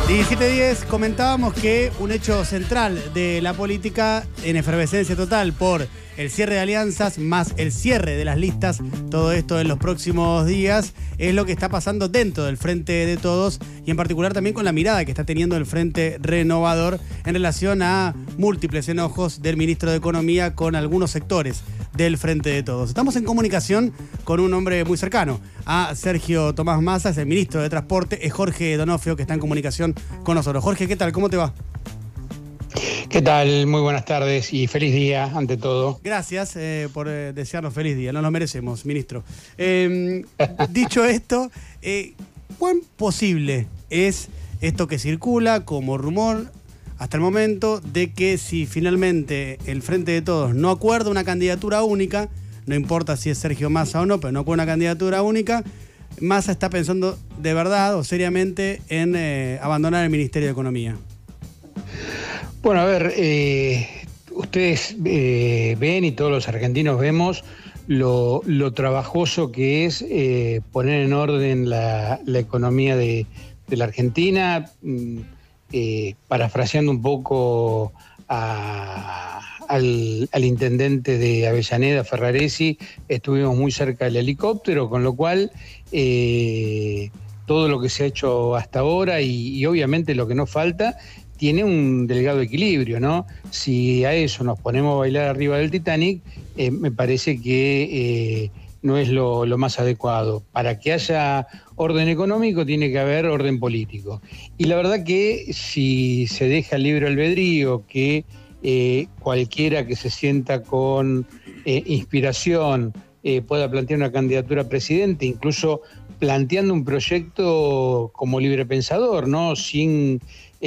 17:10, comentábamos que un hecho central de la política en efervescencia total por el cierre de alianzas más el cierre de las listas, todo esto en los próximos días, es lo que está pasando dentro del Frente de Todos y en particular también con la mirada que está teniendo el Frente Renovador en relación a múltiples enojos del ministro de Economía con algunos sectores del Frente de Todos. Estamos en comunicación con un hombre muy cercano a Sergio Tomás Massa, es el ministro de Transporte, es Jorge Donofrio, que está en comunicación con nosotros. Jorge, ¿qué tal? ¿Cómo te va? ¿Qué tal? Muy buenas tardes y feliz día ante todo. Gracias por desearnos feliz día, nos lo merecemos, ministro. Dicho esto, ¿cuán posible es esto que circula como rumor hasta el momento de que si finalmente el Frente de Todos no acuerda una candidatura única, no importa si es Sergio Massa o no, pero no acuerda una candidatura única, Massa está pensando de verdad o seriamente en abandonar el Ministerio de Economía? Bueno, a ver, ustedes ven y todos los argentinos vemos lo trabajoso que es poner en orden la economía de la Argentina. Parafraseando un poco al intendente de Avellaneda, Ferraresi, estuvimos muy cerca del helicóptero, con lo cual todo lo que se ha hecho hasta ahora y obviamente lo que nos falta tiene un delgado equilibrio, ¿no? Si a eso nos ponemos a bailar arriba del Titanic, me parece que no es lo más adecuado. Para que haya orden económico tiene que haber orden político. Y la verdad que si se deja el libre albedrío, que cualquiera que se sienta con inspiración pueda plantear una candidatura a presidente, incluso planteando un proyecto como libre pensador, ¿no? Sin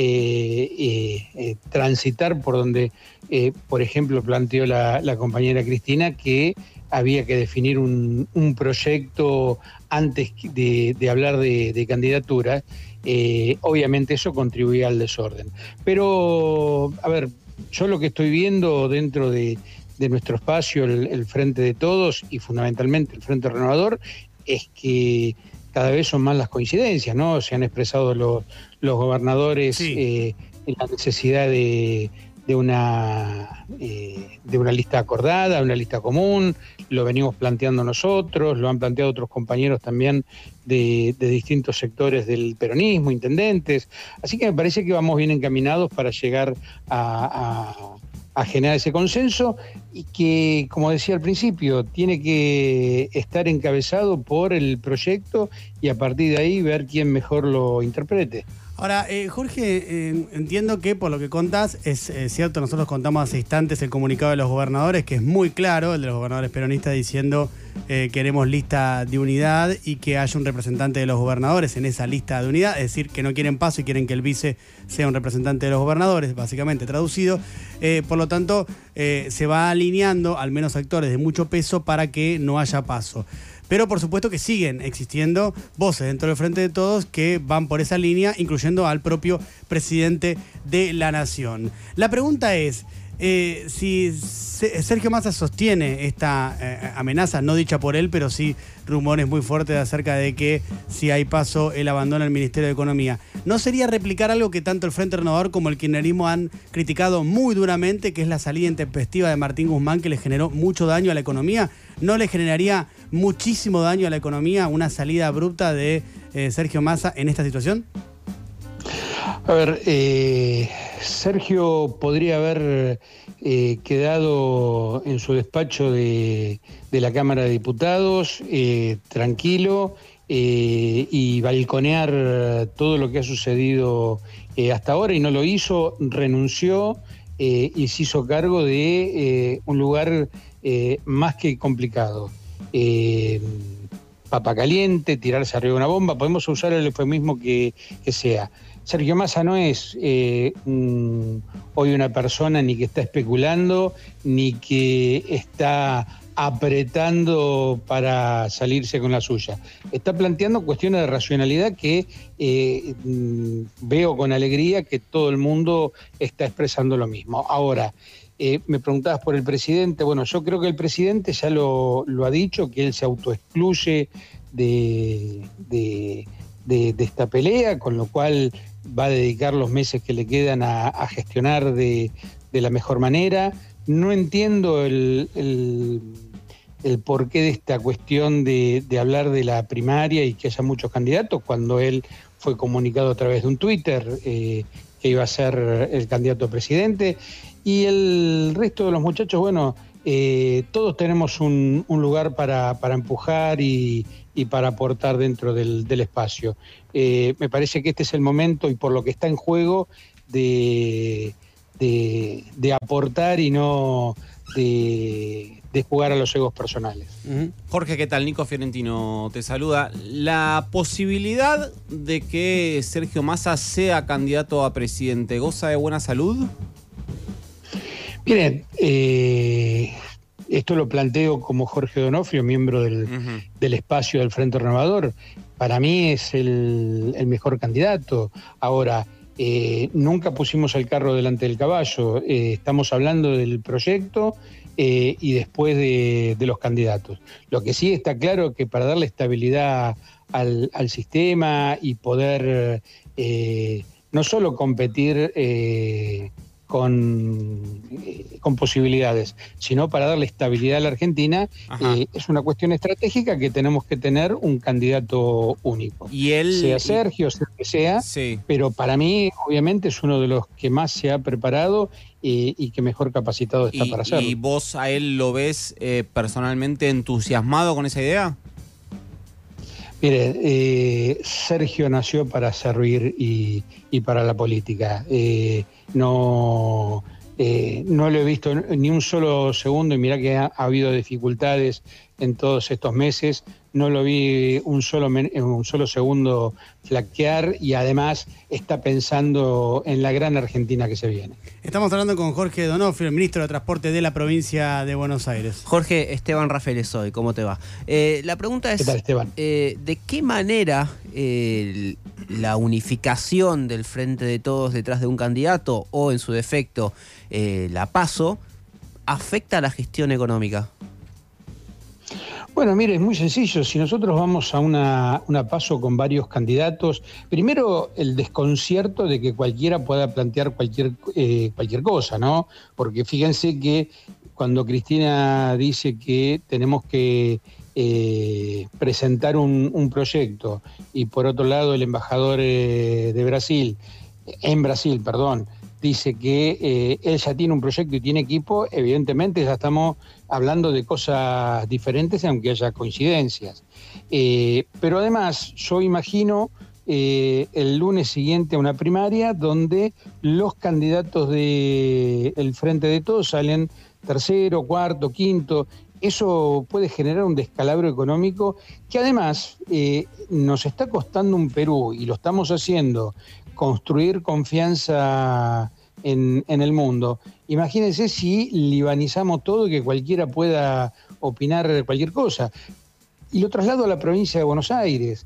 transitar por donde, por ejemplo, planteó la compañera Cristina, que había que definir un proyecto antes de hablar de candidaturas. Obviamente eso contribuía al desorden. Pero, a ver, yo lo que estoy viendo dentro de nuestro espacio, el Frente de Todos y fundamentalmente el Frente Renovador, es que cada vez son más las coincidencias, ¿no? Se han expresado los gobernadores en la necesidad de una lista acordada, una lista común. Lo venimos planteando nosotros, lo han planteado otros compañeros también de distintos sectores del peronismo, intendentes. Así que me parece que vamos bien encaminados para llegar a generar ese consenso y que, como decía al principio, tiene que estar encabezado por el proyecto y a partir de ahí ver quién mejor lo interprete. Ahora, Jorge, entiendo que por lo que contás, es cierto, nosotros contamos hace instantes el comunicado de los gobernadores, que es muy claro, el de los gobernadores peronistas diciendo queremos lista de unidad y que haya un representante de los gobernadores en esa lista de unidad, es decir, que no quieren paso y quieren que el vice sea un representante de los gobernadores, básicamente traducido. Por lo tanto, se va alineando al menos actores de mucho peso para que no haya paso. Pero por supuesto que siguen existiendo voces dentro del Frente de Todos que van por esa línea, incluyendo al propio presidente de la Nación. La pregunta es, si Sergio Massa sostiene esta amenaza, no dicha por él, pero sí rumores muy fuertes acerca de que si hay paso, él abandona el Ministerio de Economía, ¿no sería replicar algo que tanto el Frente Renovador como el kirchnerismo han criticado muy duramente, que es la salida intempestiva de Martín Guzmán, que le generó mucho daño a la economía? ¿No le generaría muchísimo daño a la economía una salida abrupta de Sergio Massa en esta situación? A ver, Sergio podría haber quedado en su despacho de la Cámara de Diputados, tranquilo, y balconear todo lo que ha sucedido hasta ahora, y no lo hizo, renunció y se hizo cargo de un lugar más que complicado. Papa caliente, tirarse arriba de una bomba, podemos usar el eufemismo que sea. Sergio Massa no es hoy una persona ni que está especulando, ni que está apretando para salirse con la suya. Está planteando cuestiones de racionalidad que veo con alegría que todo el mundo está expresando lo mismo. Ahora, me preguntabas por el presidente. Bueno, yo creo que el presidente ya lo ha dicho, que él se autoexcluye de esta pelea, con lo cual va a dedicar los meses que le quedan a gestionar de la mejor manera. No entiendo el porqué de esta cuestión de hablar de la primaria y que haya muchos candidatos, cuando él fue comunicado a través de un Twitter que iba a ser el candidato a presidente. Y el resto de los muchachos, bueno, todos tenemos un lugar para empujar y para aportar dentro del espacio. Me parece que este es el momento, y por lo que está en juego, de aportar y no de jugar a los egos personales. Jorge, ¿qué tal? Nico Fiorentino te saluda. La posibilidad de que Sergio Massa sea candidato a presidente, ¿goza de buena salud? Miren, esto lo planteo como Jorge Donofrio, miembro del espacio del Frente Renovador. Para mí es el mejor candidato. Ahora, nunca pusimos el carro delante del caballo. Estamos hablando del proyecto y después de los candidatos. Lo que sí está claro es que para darle estabilidad al sistema y poder no solo competir con posibilidades, sino para darle estabilidad a la Argentina, es una cuestión estratégica que tenemos que tener un candidato único. Y él, sea Sergio, sea el que sea, sí. Pero para mí, obviamente, es uno de los que más se ha preparado y que mejor capacitado está para hacerlo. ¿Y vos a él lo ves personalmente entusiasmado con esa idea? Mire, Sergio nació para servir y para la política. No lo he visto ni un solo segundo, y mirá que ha habido dificultades en todos estos meses. No lo vi un solo segundo flaquear, y además está pensando en la gran Argentina que se viene. Estamos hablando con Jorge Donofrio, el ministro de Transporte de la provincia de Buenos Aires. Jorge, Esteban Rafael soy, ¿cómo te va? La pregunta es, ¿qué tal, Esteban? ¿De qué manera la unificación del Frente de Todos detrás de un candidato, o en su defecto la PASO, afecta a la gestión económica? Bueno, mire, es muy sencillo. Si nosotros vamos a una PASO con varios candidatos, primero el desconcierto de que cualquiera pueda plantear cualquier cosa, ¿no? Porque fíjense que cuando Cristina dice que tenemos que presentar un proyecto, y por otro lado el embajador en Brasil, dice que él ya tiene un proyecto y tiene equipo, evidentemente ya estamos hablando de cosas diferentes, aunque haya coincidencias. Pero además, yo imagino el lunes siguiente a una primaria donde los candidatos del Frente de Todos salen tercero, cuarto, quinto. Eso puede generar un descalabro económico que además nos está costando un Perú, y lo estamos haciendo, construir confianza en el mundo. Imagínense si libanizamos todo y que cualquiera pueda opinar cualquier cosa. Y lo traslado a la provincia de Buenos Aires.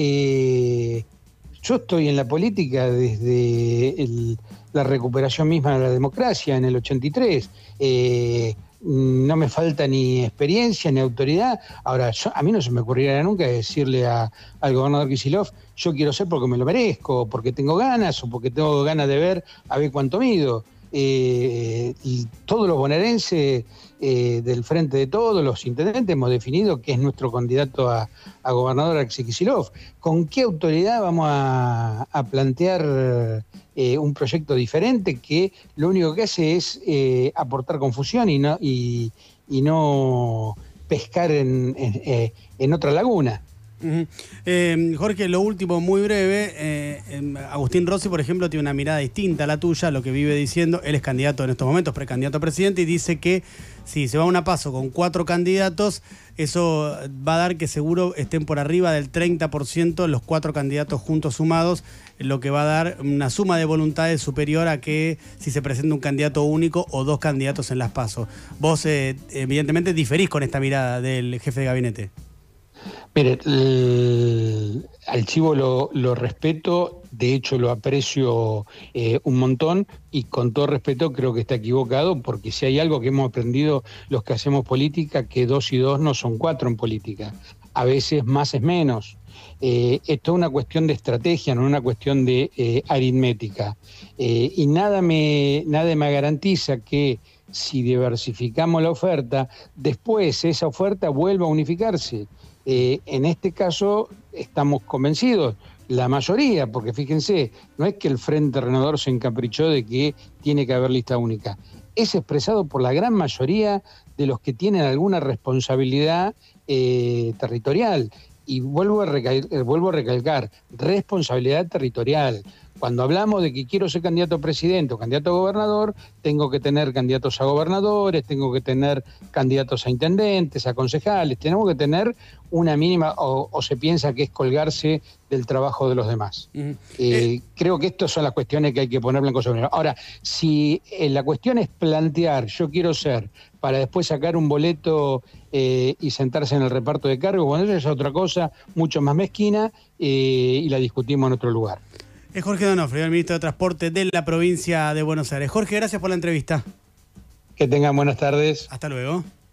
Yo estoy en la política desde la recuperación misma de la democracia en el 83. No me falta ni experiencia ni autoridad. Ahora, a mí no se me ocurriría nunca decirle al gobernador Kicillof: yo quiero ser porque me lo merezco, porque tengo ganas, o porque tengo ganas de ver a ver cuánto mido. Y todos los bonaerenses del Frente de Todos, los intendentes, hemos definido que es nuestro candidato a gobernador, Axel Kicillof. ¿Con qué autoridad vamos a plantear un proyecto diferente que lo único que hace es aportar confusión y no pescar en otra laguna? Jorge, lo último, muy breve. Agustín Rossi, por ejemplo, tiene una mirada distinta a la tuya, lo que vive diciendo. Él es candidato en estos momentos, precandidato a presidente, y dice que si se va a una PASO con 4 candidatos, eso va a dar que seguro estén por arriba del 30% los 4 candidatos juntos sumados, lo que va a dar una suma de voluntades superior a que si se presenta un candidato único o 2 candidatos en las PASO. Vos, evidentemente, diferís con esta mirada del jefe de gabinete. Mire, al Chivo lo respeto, de hecho lo aprecio un montón, y con todo respeto creo que está equivocado, porque si hay algo que hemos aprendido los que hacemos política, que 2 y 2 no son 4 en política. A veces más es menos. Esto es una cuestión de estrategia, no una cuestión de aritmética. Y nada me garantiza que si diversificamos la oferta, después esa oferta vuelva a unificarse. En este caso estamos convencidos, la mayoría, porque fíjense, no es que el Frente Renovador se encaprichó de que tiene que haber lista única. Es expresado por la gran mayoría de los que tienen alguna responsabilidad territorial. Y vuelvo a recalcar, responsabilidad territorial. Cuando hablamos de que quiero ser candidato a presidente o candidato a gobernador, tengo que tener candidatos a gobernadores, tengo que tener candidatos a intendentes, a concejales, tenemos que tener una mínima, o se piensa que es colgarse del trabajo de los demás. Creo que estas son las cuestiones que hay que poner blanco sobre negro. Ahora, si la cuestión es plantear, yo quiero ser, para después sacar un boleto y sentarse en el reparto de cargos, bueno, eso es otra cosa mucho más mezquina y la discutimos en otro lugar. Es Jorge Donofrio, el ministro de Transporte de la provincia de Buenos Aires. Jorge, gracias por la entrevista. Que tengan buenas tardes. Hasta luego.